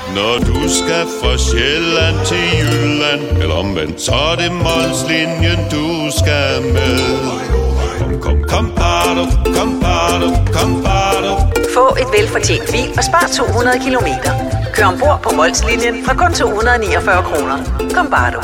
Når du skal fra Sjælland til Jylland, eller omvendt, så er det Molslinjen, du skal med. Kom, bado, kom, bado. Få et velfortjent bil og spar 200 kilometer. Kør ombord på Molslinjen fra kun 249 kroner. Kom, bado.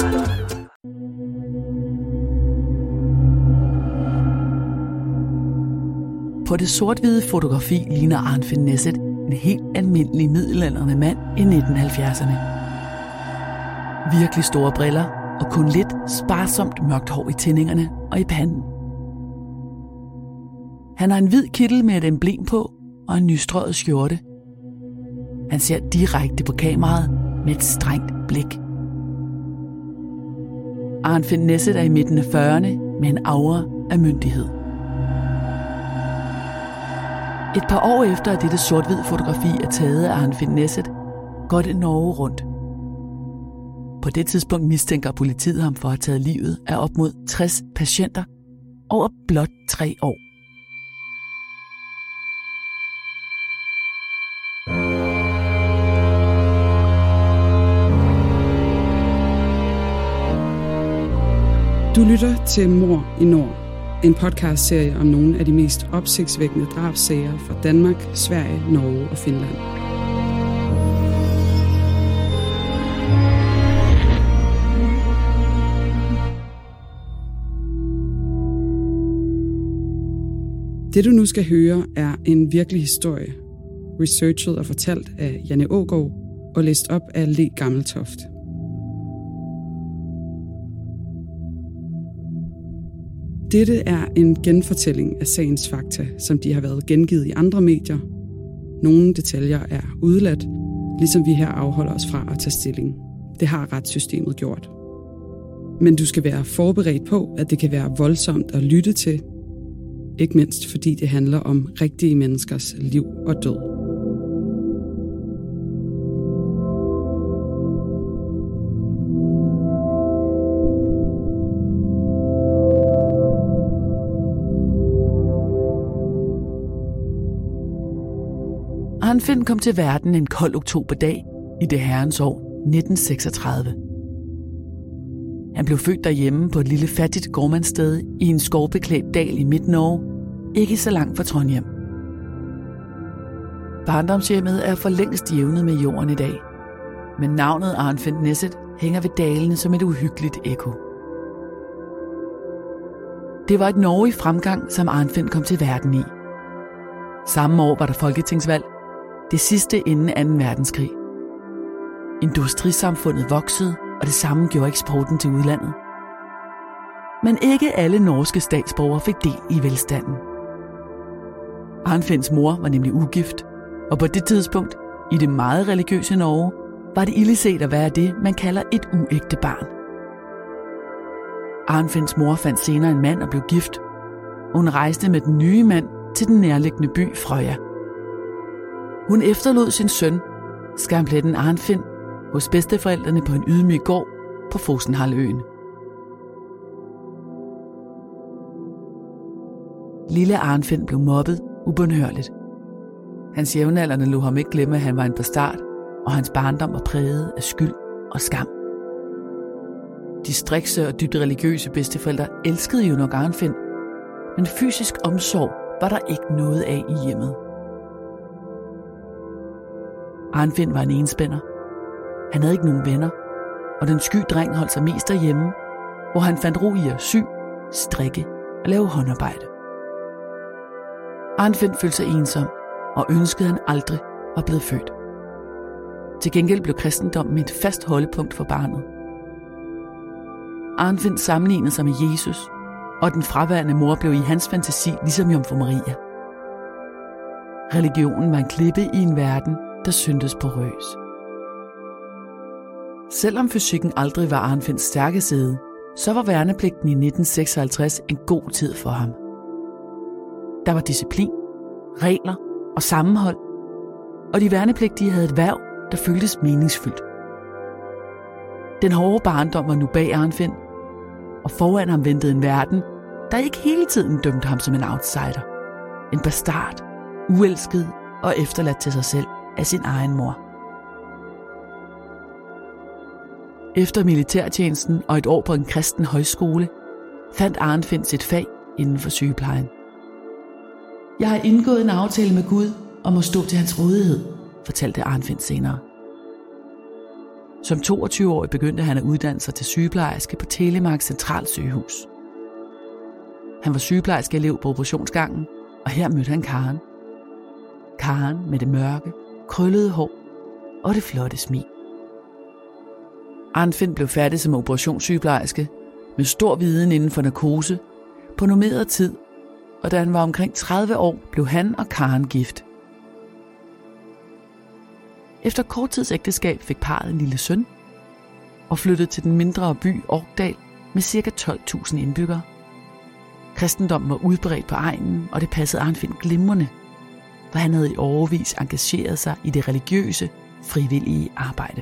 På det sort-hvide fotografi ligner Arnfinn Nesset en helt almindelig middelaldrende mand i 1970'erne. Virkelig store briller og kun lidt sparsomt mørkt hår i tændingerne og i panden. Han har en hvid kittel med et emblem på og en nystrøget skjorte. Han ser direkte på kameraet med et strengt blik. Arnfinn Nesset er i midten af 40'erne med en aura af myndighed. Et par år efter, at dette sort-hvid fotografi er taget af Arnfinn Nesset, går det Norge rundt. På det tidspunkt mistænker politiet ham for at have taget livet af op mod 60 patienter over blot 3 år. Du lytter til Mord i Nord, en podcastserie om nogle af de mest opsigtsvækkende drabssager fra Danmark, Sverige, Norge og Finland. Det du nu skal høre er en virkelig historie, researchet og fortalt af Janne Aagaard og læst op af Le Gammeltoft. Dette er en genfortælling af sagens fakta, som de har været gengivet i andre medier. Nogle detaljer er udeladt, ligesom vi her afholder os fra at tage stilling. Det har retssystemet gjort. Men du skal være forberedt på, at det kan være voldsomt at lytte til. Ikke mindst fordi det handler om rigtige menneskers liv og død. Arnfinn kom til verden en kold oktoberdag i det herrens år 1936. Han blev født derhjemme på et lille fattigt gårdmandssted i en skovbeklædt dal i Midt-Norge, ikke så langt fra Trondheim. Barndomshjemmet er for længst jævnet med jorden i dag, men navnet Arnfinn Nesset hænger ved dalene som et uhyggeligt ekko. Det var et Norge i fremgang, som Arnfinn kom til verden i. Samme år var der folketingsvalg, det sidste inden 2. verdenskrig. Industrisamfundet voksede, og det samme gjorde eksporten til udlandet. Men ikke alle norske statsborgere fik del i velstanden. Arnfinns mor var nemlig ugift, og på det tidspunkt, i det meget religiøse Norge, var det ildeset at være det, man kalder et uægte barn. Arnfinns mor fandt senere en mand og blev gift. Hun rejste med den nye mand til den nærliggende by Frøya. Hun efterlod sin søn, skampletten Arnfinn, hos bedsteforældrene på en ydmyg gård på Fosenhalvøen. Lille Arnfinn blev mobbet ubønhørligt. Hans jævnaldrende lod ham ikke glemme, at han var en bastard, og hans barndom var præget af skyld og skam. De strikse og dybt religiøse bedsteforældre elskede jo nok Arnfinn, men fysisk omsorg var der ikke noget af i hjemmet. Arnfinn var en enspænder. Han havde ikke nogen venner, og den sky dreng holdt sig mest derhjemme, hvor han fandt ro i at sy, strikke og lave håndarbejde. Arnfinn følte sig ensom, og ønskede han aldrig var blevet født. Til gengæld blev kristendommen et fast holdepunkt for barnet. Arnfinn sammenlignede sig med Jesus, og den fraværende mor blev i hans fantasi ligesom Jomfru Maria. Religionen var en klippe i en verden, der syntes porøs. Selvom fysikken aldrig var Arnfinns stærke side, så var værnepligten i 1956 en god tid for ham. Der var disciplin, regler og sammenhold, og de værnepligtige havde et hverv, der føltes meningsfyldt. Den hårde barndom var nu bag Arnfinn, og foran ham ventede en verden, der ikke hele tiden dømte ham som en outsider. En bastard, uelsket og efterladt til sig selv af sin egen mor. Efter militærtjenesten og et år på en kristen højskole, fandt Arnfinn sit fag inden for sygeplejen. Jeg har indgået en aftale med Gud om at stå til hans rådighed, fortalte Arnfinn senere. Som 22-årig begyndte han at uddanne sig til sygeplejerske på Telemark Centralsygehus. Han var sygeplejerskeelev på operationsgangen, og her mødte han Karen. Karen med det mørke, krøllede hår og det flotte smil. Arnfinn blev færdig som operationssygeplejerske med stor viden inden for narkose på normeret tid, og da han var omkring 30 år, blev han og Karen gift. Efter kort tids ægteskab fik parret en lille søn og flyttede til den mindre by Orkdal med ca. 12.000 indbyggere. Kristendommen var udbredt på egnen, og det passede Arnfinn glimrende, for han havde i årevis engageret sig i det religiøse, frivillige arbejde.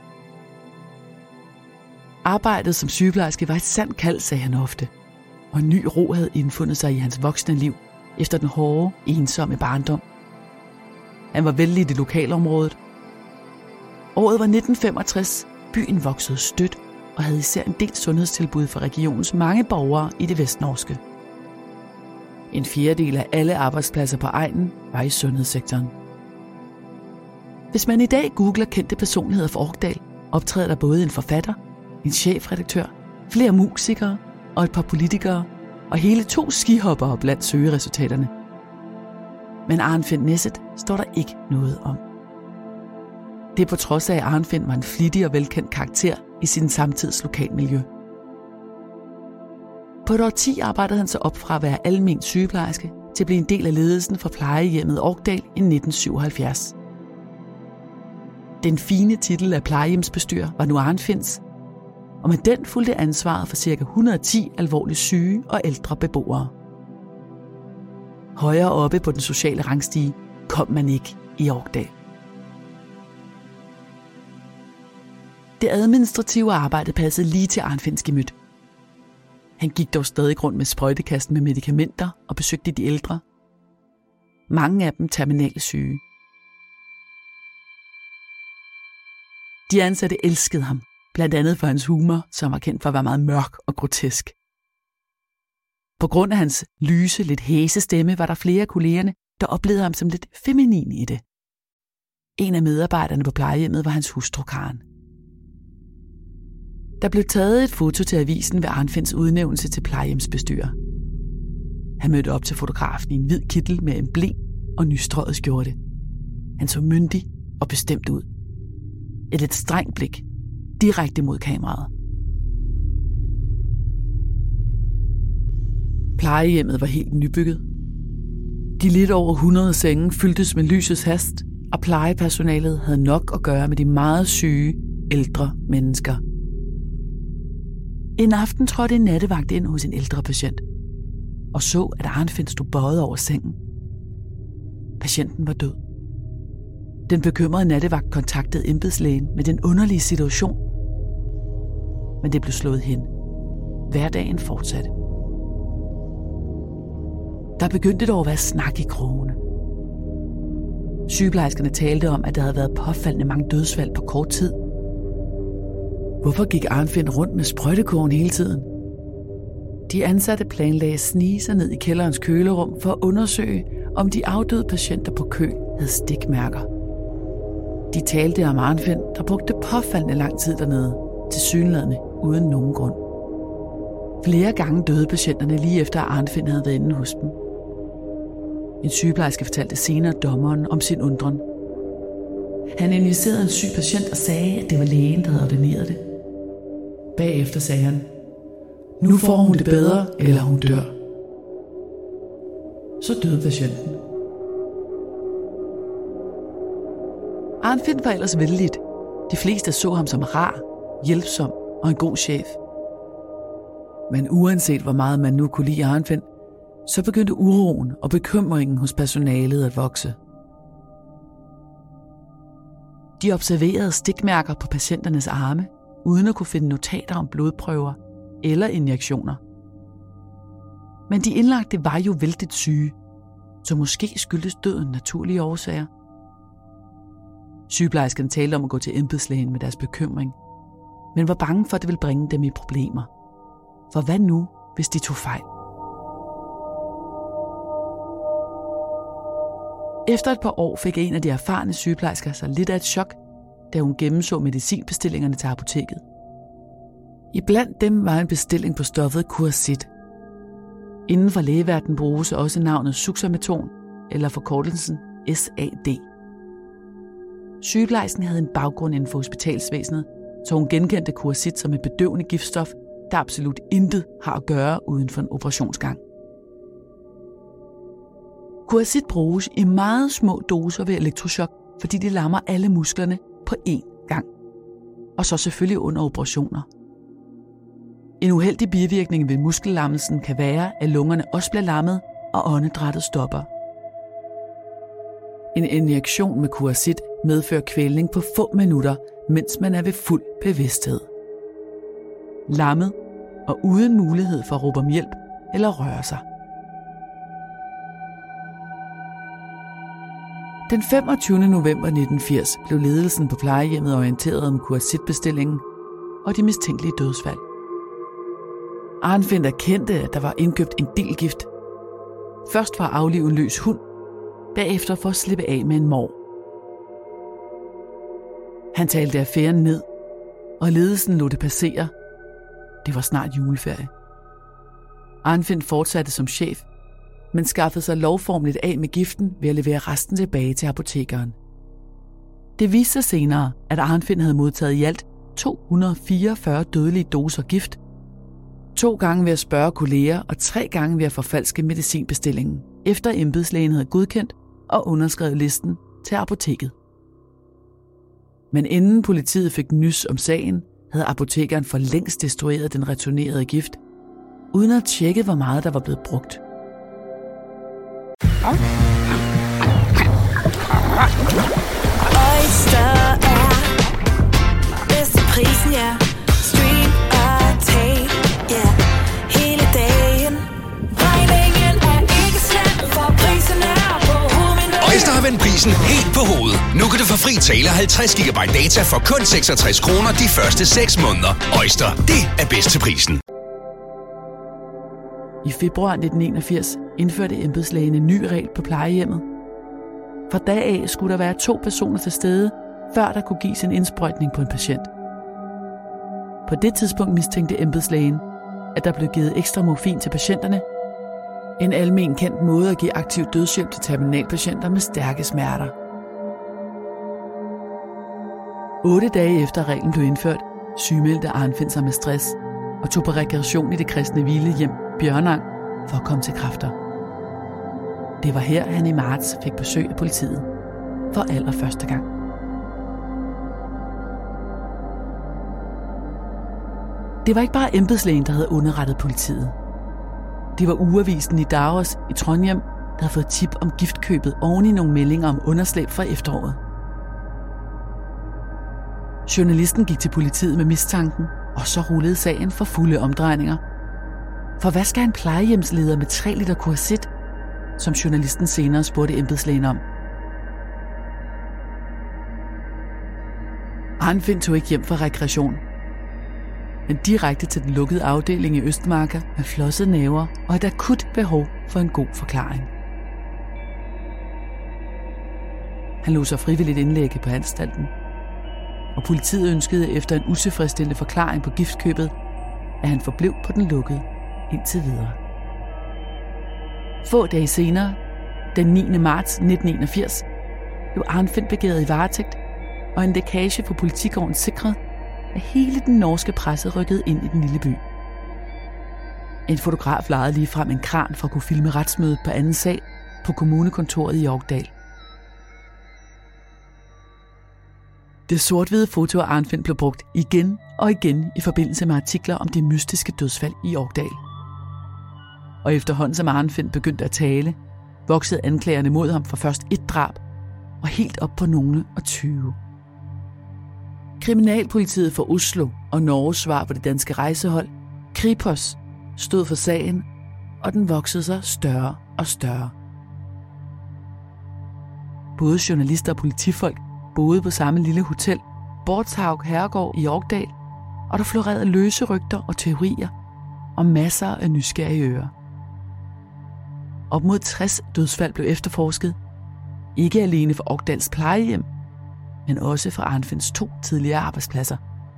Arbejdet som sygeplejerske var et sandt kald, sagde han ofte, og en ny ro havde indfundet sig i hans voksne liv efter den hårde, ensomme barndom. Han var vellidt i lokalområdet. Året var 1965, byen voksede stødt og havde især en del sundhedstilbud for regionens mange borgere i det vestnorske. En fjerdedel af alle arbejdspladser på egnen var i sundhedssektoren. Hvis man i dag googler kendte personligheder fra Orkdal, optræder der både en forfatter, en chefredaktør, flere musikere og et par politikere, og hele 2 skihoppere blandt søgeresultaterne. Men Arnfinn Nesset står der ikke noget om. Det er på trods af, at Arnfinn var en flittig og velkendt karakter i sin samtids lokalmiljø. På et årti arbejdede han sig op fra at være almen sygeplejerske til at blive en del af ledelsen for plejehjemmet Orkdal i 1977. Den fine titel af plejehjemsbestyrer var nu Arnfinns, og med den fulgte ansvaret for ca. 110 alvorligt syge og ældre beboere. Højere oppe på den sociale rangstige kom man ikke i Orkdal. Det administrative arbejde passede lige til Arnfinns gemyt. Han gik dog stadig rundt med sprøjtekassen med medicamenter og besøgte de ældre. Mange af dem terminale syge. De ansatte elskede ham, blandt andet for hans humor, som var kendt for at være meget mørk og grotesk. På grund af hans lyse, lidt hæse stemme, var der flere af kollegerne, der oplevede ham som lidt feminin i det. En af medarbejderne på plejehjemmet var hans hustru Karen. Der blev taget et foto til avisen ved Arnfinns udnævnelse til plejehjemsbestyrer. Han mødte op til fotografen i en hvid kittel med emblem og nystrøget skjorte. Han så myndig og bestemt ud. Et lidt strengt blik, direkte mod kameraet. Plejehjemmet var helt nybygget. De lidt over 100 senge fyldtes med lysets hast, og plejepersonalet havde nok at gøre med de meget syge, ældre mennesker. En aften trådte en nattevagt ind hos en ældre patient, og så, at Arnfinn stod bøjet over sengen. Patienten var død. Den bekymrede nattevagt kontaktede embedslægen med den underlige situation, men det blev slået hen. Hverdagen fortsatte. Der begyndte dog at være snak i krogene. Sygeplejerskerne talte om, at der havde været påfaldende mange dødsfald på kort tid. Hvorfor gik Arnfinn rundt med sprøjtekurven hele tiden? De ansatte planlagde at snige sig ned i kælderens kølerum for at undersøge, om de afdøde patienter på kø havde stikmærker. De talte om Arnfinn, der brugte påfaldende lang tid dernede, tilsyneladende uden nogen grund. Flere gange døde patienterne lige efter, at Arnfinn havde været inde hos dem. En sygeplejerske fortalte senere dommeren om sin undren. Han injicerede en syg patient og sagde, at det var lægen, der havde ordineret det. Bagefter sagde han, nu får hun det bedre, eller hun dør. Så døde patienten. Arnfinn var ellers vellidt. De fleste så ham som rar, hjælpsom og en god chef. Men uanset hvor meget man nu kunne lide Arnfinn, så begyndte uroen og bekymringen hos personalet at vokse. De observerede stikmærker på patienternes arme, uden at kunne finde notater om blodprøver eller injektioner. Men de indlagte var jo vældigt syge, så måske skyldtes døden naturlige årsager. Sygeplejerskerne talte om at gå til embedslægen med deres bekymring, men var bange for, at det ville bringe dem i problemer. For hvad nu, hvis de tog fejl? Efter et par år fik en af de erfarne sygeplejersker sig lidt af et chok, da hun gennemså medicinbestillingerne til apoteket. Iblandt dem var en bestilling på stoffet Curacit. Inden for lægeverdenen bruges også navnet Suxameton, eller forkortelsen SAD. Sygeplejersken havde en baggrund inden for hospitalsvæsenet, så hun genkendte Curacit som et bedøvende giftstof, der absolut intet har at gøre uden for en operationsgang. Curacit bruges i meget små doser ved elektrochok, fordi de lammer alle musklerne på én gang. Og så selvfølgelig under operationer. En uheldig bivirkning ved muskellammelsen kan være, at lungerne også bliver lammet, og åndedrættet stopper. En injektion med Curacit medfører kvælning på få minutter, mens man er ved fuld bevidsthed. Lammet og uden mulighed for at råbe om hjælp eller røre sig. Den 25. november 1980 blev ledelsen på plejehjemmet orienteret om Curacit-bestillingen og de mistænkelige dødsfald. Arnfint erkendte, at der var indkøbt en del gift. Først for at aflive en løs hund, bagefter for at slippe af med en mor. Han talte affæren ned, og ledelsen lod det passere. Det var snart juleferie. Arnfint fortsatte som chef, men skaffede sig lovformeligt af med giften ved at levere resten tilbage til apotekeren. Det viste sig senere, at Arnfint havde modtaget i alt 244 dødelige doser gift, 2 gange ved at spørge kolleger og 3 gange ved at forfalske medicinbestillingen, efter embedslægen havde godkendt og underskrevet listen til apoteket. Men inden politiet fik nys om sagen, havde apotekeren for længst destrueret den returnerede gift, uden at tjekke, hvor meget der var blevet brugt. Oyster er bedst til prisen, ja. Stream og tag, ja. Hele dagen. Regningen er ikke slem, for prisen er på hovedet. Oyster har vendt prisen helt på hovedet. Nu kan du få fri tale 50 GB data for kun 66 kroner de første 6 måneder. Oyster, det er bedst til prisen. I februar 1981 indførte embedslægen en ny regel på plejehjemmet. Fra dag af skulle der være 2 personer til stede, før der kunne gives en indsprøjtning på en patient. På det tidspunkt mistænkte embedslægen, at der blev givet ekstra morfin til patienterne. En almen kendt måde at give aktiv dødshjælp til terminalpatienter med stærke smerter. 8 dage efter reglen blev indført, sygemeldte Arnfint sig med stress og tog på rekreation i det kristne hvilehjem Bjørnang for at komme til kræfter. Det var her, han i marts fik besøg af politiet for allerførste gang. Det var ikke bare embedslægen, der havde underrettet politiet. Det var ugeavisen i Daros i Trondheim, der havde fået tip om giftkøbet oven i nogle meldinger om underslæb fra efteråret. Journalisten gik til politiet med mistanken, og så rullede sagen for fulde omdrejninger. For hvad skal en plejehjemsleder med 3 liter Curacit, som journalisten senere spurgte embedslægen om? Arnfint tog ikke hjem for rekreation, men direkte til den lukkede afdeling i Østmarker med flossede næver og et akut behov for en god forklaring. Han lod sig frivilligt indlægge på anstalten, og politiet ønskede efter en utilfredsstillende forklaring på giftkøbet, at han forblev på den lukkede indtil videre. Få dage senere, den 9. marts 1981, blev Arnfint begæret i varetægt, og en lækage fra politigården sikrede, at hele den norske presse rykkede ind i den lille by. En fotograf lejede ligefrem en kran for at kunne filme retsmødet på anden sal på kommunekontoret i Orkdal. Det sort-hvide foto af Arnfint blev brugt igen og igen i forbindelse med artikler om de mystiske dødsfald i Orkdal. Og efterhånden som Arnfint begyndte at tale, voksede anklagerne mod ham for først 1 drab og helt op på nogle og 20. Kriminalpolitiet for Oslo og Norges svar på det danske rejsehold, Kripos, stod for sagen, og den voksede sig større og større. Både journalister og politifolk boede på samme lille hotel, Borthaug Herregård i Orkdal, og der florerede løse rygter og teorier og masser af nysgerrige ører. Op mod 60 dødsfald blev efterforsket, ikke alene for Okdals plejehjem, men også for Arnfinds 2 tidligere arbejdspladser.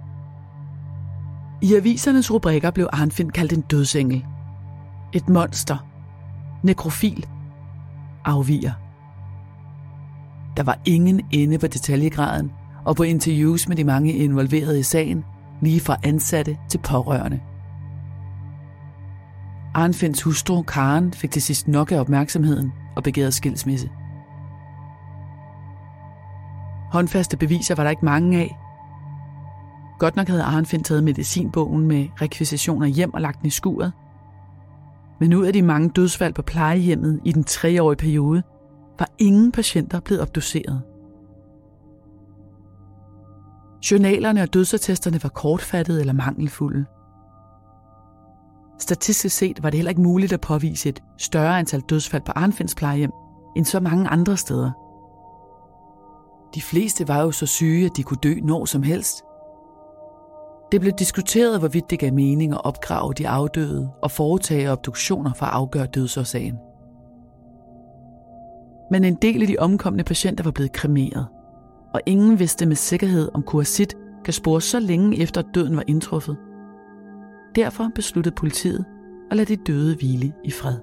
I avisernes rubrikker blev Arnfind kaldt en dødsengel, et monster, nekrofil, afviger. Der var ingen ende på detaljegraden og på interviews med de mange involverede i sagen, lige fra ansatte til pårørende. Arnfinds hustru Karen fik til sidst nok af opmærksomheden og begærede skilsmisse. Håndfaste beviser var der ikke mange af. Godt nok havde Arnfind taget medicinbogen med rekvisitioner hjem og lagt den i skuret. Men ud af de mange dødsfald på plejehjemmet i den 3-årige periode, var ingen patienter blevet obduceret. Journalerne og dødsattesterne var kortfattede eller mangelfulde. Statistisk set var det heller ikke muligt at påvise et større antal dødsfald på Arnfinds plejehjem end så mange andre steder. De fleste var jo så syge, at de kunne dø når som helst. Det blev diskuteret, hvorvidt det gav mening at opgrave de afdøde og foretage obduktioner for at afgøre dødsårsagen. Men en del af de omkomne patienter var blevet kremeret, og ingen vidste med sikkerhed, om kuarsit kan spores så længe efter, at døden var indtruffet. Derfor besluttede politiet at lade de døde hvile i fred.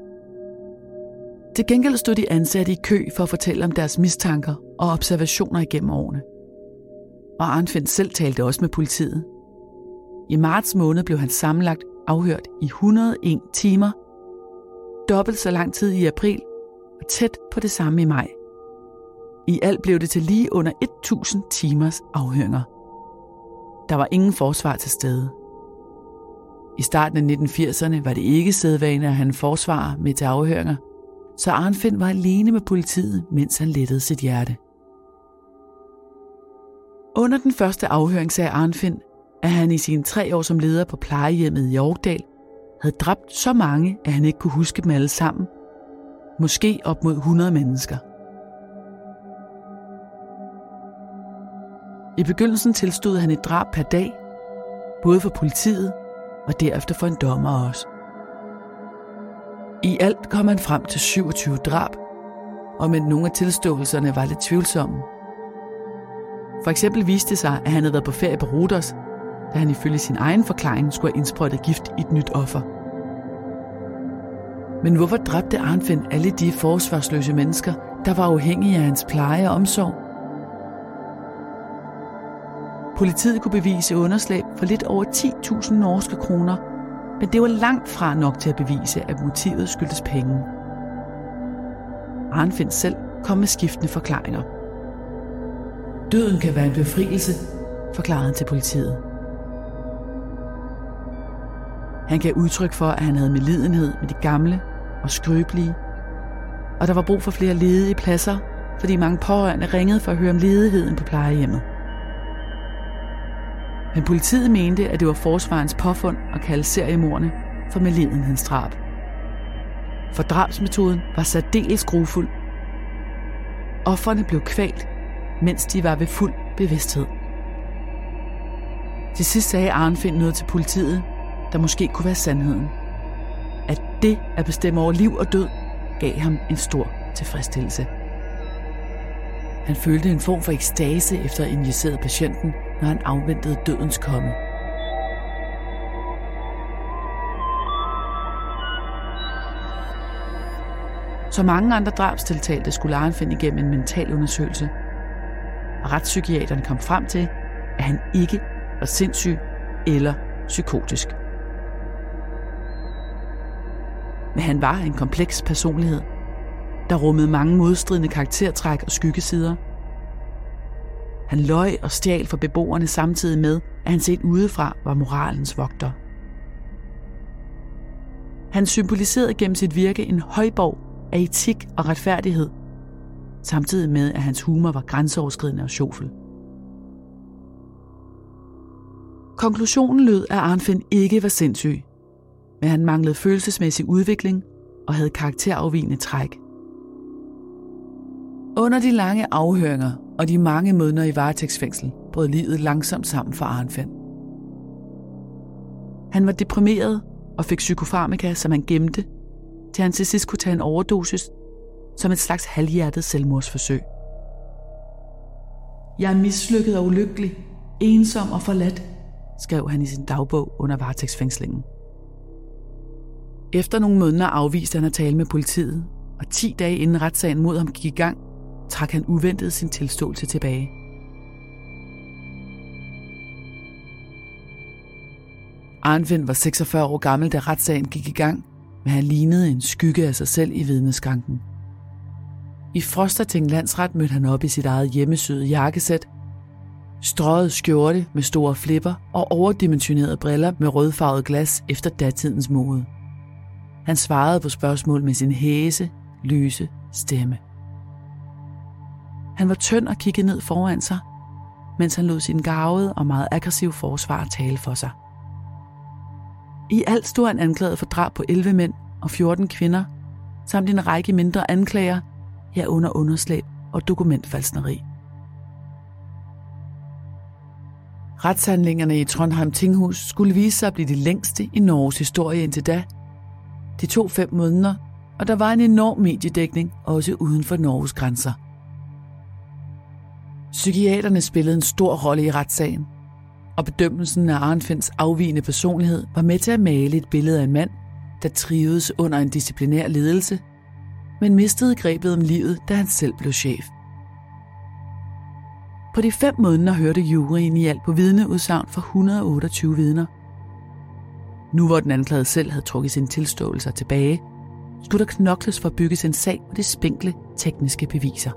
Til gengæld stod de ansatte i kø for at fortælle om deres mistanker og observationer igennem årene. Og Arnfind selv talte også med politiet. I marts måned blev han sammenlagt afhørt i 101 timer, dobbelt så lang tid i april og tæt på det samme i maj. I alt blev det til lige under 1000 timers afhøringer. Der var ingen forsvar til stede. I starten af 1980'erne var det ikke sædvane at have en forsvarer med til afhøringer, så Arnfind var alene med politiet, mens han lettede sit hjerte. Under den første afhøring sagde Arnfind, at han i sine 3 år som leder på plejehjemmet i Orkdal havde dræbt så mange, at han ikke kunne huske dem alle sammen. Måske op mod 100 mennesker. I begyndelsen tilstod han et drab per dag, både for politiet og derefter for en dommer også. I alt kom han frem til 27 drab, og men nogle af tilståelserne var lidt tvivlsomme. For eksempel viste det sig, at han havde været på ferie på Rhodos, da han ifølge sin egen forklaring skulle have indsprøjtet gift i et nyt offer. Men hvorfor dræbte Arnfind alle de forsvarsløse mennesker, der var afhængige af hans pleje og omsorg? Politiet kunne bevise underslæb for lidt over 10.000 norske kroner, men det var langt fra nok til at bevise, at motivet skyldtes penge. Arnfind selv kom med skiftende forklaringer. Døden kan være en befrielse, forklarede han til politiet. Han gav udtryk for, at han havde medlidenhed med de gamle og skrøbelige, og der var brug for flere ledige pladser, fordi mange pårørende ringede for at høre om ledigheden på plejehjemmet. Men politiet mente, at det var forsvarens påfund at kalde seriemordene for medlidenhedsdrab. For drabsmetoden var særdeles grufuld. Ofrene blev kvalt, mens de var ved fuld bevidsthed. Til sidst sagde Arnfind noget til politiet, der måske kunne være sandheden. At det at bestemme over liv og død gav ham en stor tilfredsstillelse. Han følte en form for ekstase efter at injicere patienten, når han afventede dødens komme. Så mange andre drabstiltalte skulle Arnfind igennem en mental undersøgelse, og retspsykiaterne kom frem til, at han ikke var sindssyg eller psykotisk. Men han var en kompleks personlighed, der rummede mange modstridende karaktertræk og skyggesider. Han løj og stjal for beboerne samtidig med, at han set udefra var moralens vogter. Han symboliserede gennem sit virke en højborg af etik og retfærdighed, samtidig med, at hans humor var grænseoverskridende og sjofel. Konklusionen lød, at Arnfind ikke var sindssyg, men han manglede følelsesmæssig udvikling og havde karakterafvigende træk. Under de lange afhøringer og de mange måneder i varetægtsfængsel brød livet langsomt sammen for Arnfind. Han var deprimeret og fik psykofarmaka, som han gemte, til han til sidst kunne tage en overdosis som et slags halvhjertet selvmordsforsøg. Jeg er mislykket og ulykkelig, ensom og forladt, skrev han i sin dagbog under varetægtsfængslingen. Efter nogle måneder afviste han at tale med politiet, og 10 dage inden retssagen mod ham gik i gang, trak han uventet sin tilståelse tilbage. Arnfinn var 46 år gammel, da retssagen gik i gang, men han lignede en skygge af sig selv i vidneskranken. I Frostating Landsret mødte han op i sit eget hjemmesyede jakkesæt, strøget skjorte med store flipper og overdimensionerede briller med rødfarvet glas efter datidens mode. Han svarede på spørgsmål med sin hæse, lyse stemme. Han var tynd og kiggede ned foran sig, mens han lod sin garvede og meget aggressive forsvar tale for sig. I alt stod han anklaget for drab på 11 mænd og 14 kvinder, samt en række mindre anklager, herunder underslæb og dokumentfalskneri. Retshandlingerne i Trondheim Tinghus skulle vise sig at blive de længste i Norges historie indtil da. Det tog 5 måneder, og der var en enorm mediedækning også uden for Norges grænser. Psykiaterne spillede en stor rolle i retssagen, og bedømmelsen af Arnfinns afvigende personlighed var med til at male et billede af en mand, der trivedes under en disciplinær ledelse, men mistede grebet om livet, da han selv blev chef. På de 5 måneder hørte juryen i alt på vidneudsagn for 128 vidner. Nu hvor den anklagede selv havde trukket sine tilståelser tilbage, skulle der knokles for at bygge en sag med de spinkle tekniske beviser.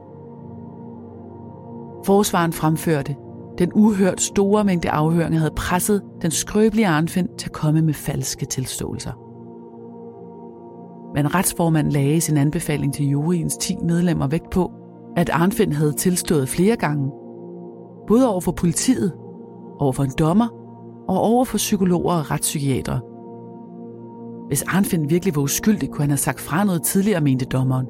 Forsvaren fremførte, den uhørt store mængde afhøringer havde presset den skrøbelige Arnfinn til at komme med falske tilståelser. Men retsformanden lagde i sin anbefaling til juryens 10 medlemmer vægt på, at Arnfinn havde tilstået flere gange, både over for politiet, over for en dommer og over for psykologer og retspsykiatere. Hvis Arnfinn virkelig var uskyldig, kunne han have sagt fra noget tidligere, mente dommeren.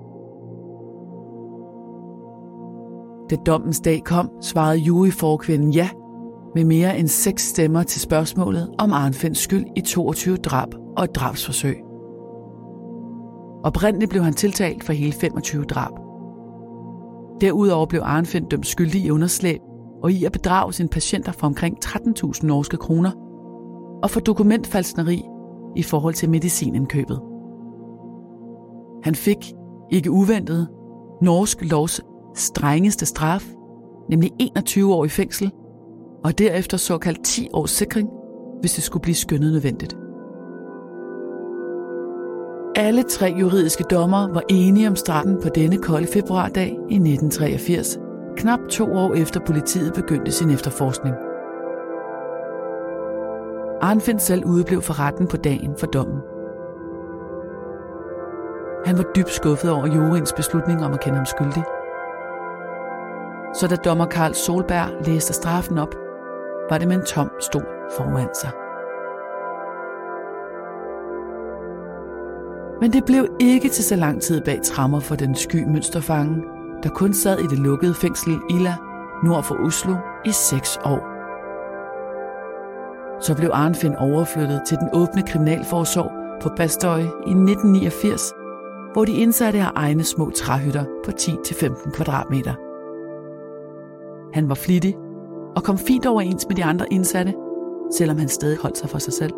Da dommens dag kom, svarede juryforkvinden ja, med mere end 6 stemmer til spørgsmålet om Arnfinns skyld i 22 drab og et drabsforsøg. Oprindeligt blev han tiltalt for hele 25 drab. Derudover blev Arnfinn dømt skyldig i underslæb og i at bedrage sine patienter for omkring 13.000 norske kroner og for dokumentfalskneri i forhold til medicinindkøbet. Han fik, ikke uventet, norsk lovs strengeste straf, nemlig 21 år i fængsel, og derefter såkaldt 10 års sikring, hvis det skulle blive skønnet nødvendigt. Alle 3 juridiske dommere var enige om straffen på denne kolde februardag i 1983, knap 2 år efter politiet begyndte sin efterforskning. Arnfinn selv udeblev for retten på dagen for dommen. Han var dybt skuffet over juryens beslutning om at kende ham skyldig. Så da dommer Karl Solberg læste straffen op, var det med en tom stol foran sig. Men det blev ikke til så lang tid bag tremmer for den sky mønsterfange, der kun sad i det lukkede fængsel Ila nord for Oslo i 6 år. Så blev Arnfinn overflyttet til den åbne kriminalforsorg på Bastøy i 1989, hvor de indsatte har egne små træhytter på 10-15 kvadratmeter. Han var flittig og kom fint overens med de andre indsatte, selvom han stadig holdt sig for sig selv.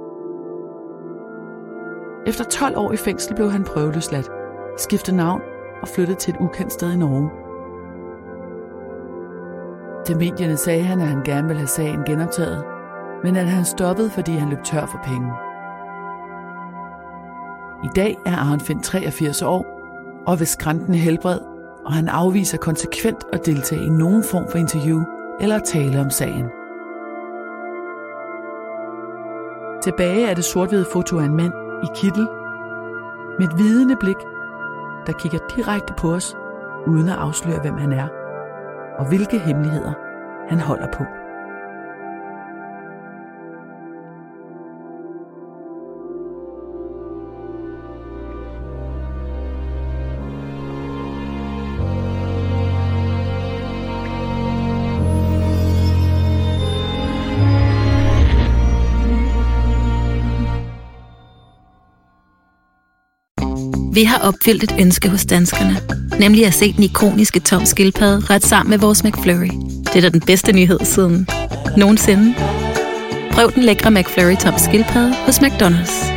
Efter 12 år i fængsel blev han prøveløsladt, skiftede navn og flyttede til et ukendt sted i Norge. Til medierne sagde han, at han gerne ville have sagen genoptaget, men at han stoppede, fordi han løb tør for penge. I dag er Arnfinn 83 år og ved skrantende helbred, og han afviser konsekvent at deltage i nogen form for interview eller tale om sagen. Tilbage er det sort-hvide foto af en mand i kittel med et vidende blik, der kigger direkte på os, uden at afsløre, hvem han er og hvilke hemmeligheder han holder på. Vi har opfyldt et ønske hos danskerne. Nemlig at se den ikoniske Tom Skildpadde ret sammen med vores McFlurry. Det er da den bedste nyhed siden nogensinde. Prøv den lækre McFlurry Tom Skildpadde hos McDonald's.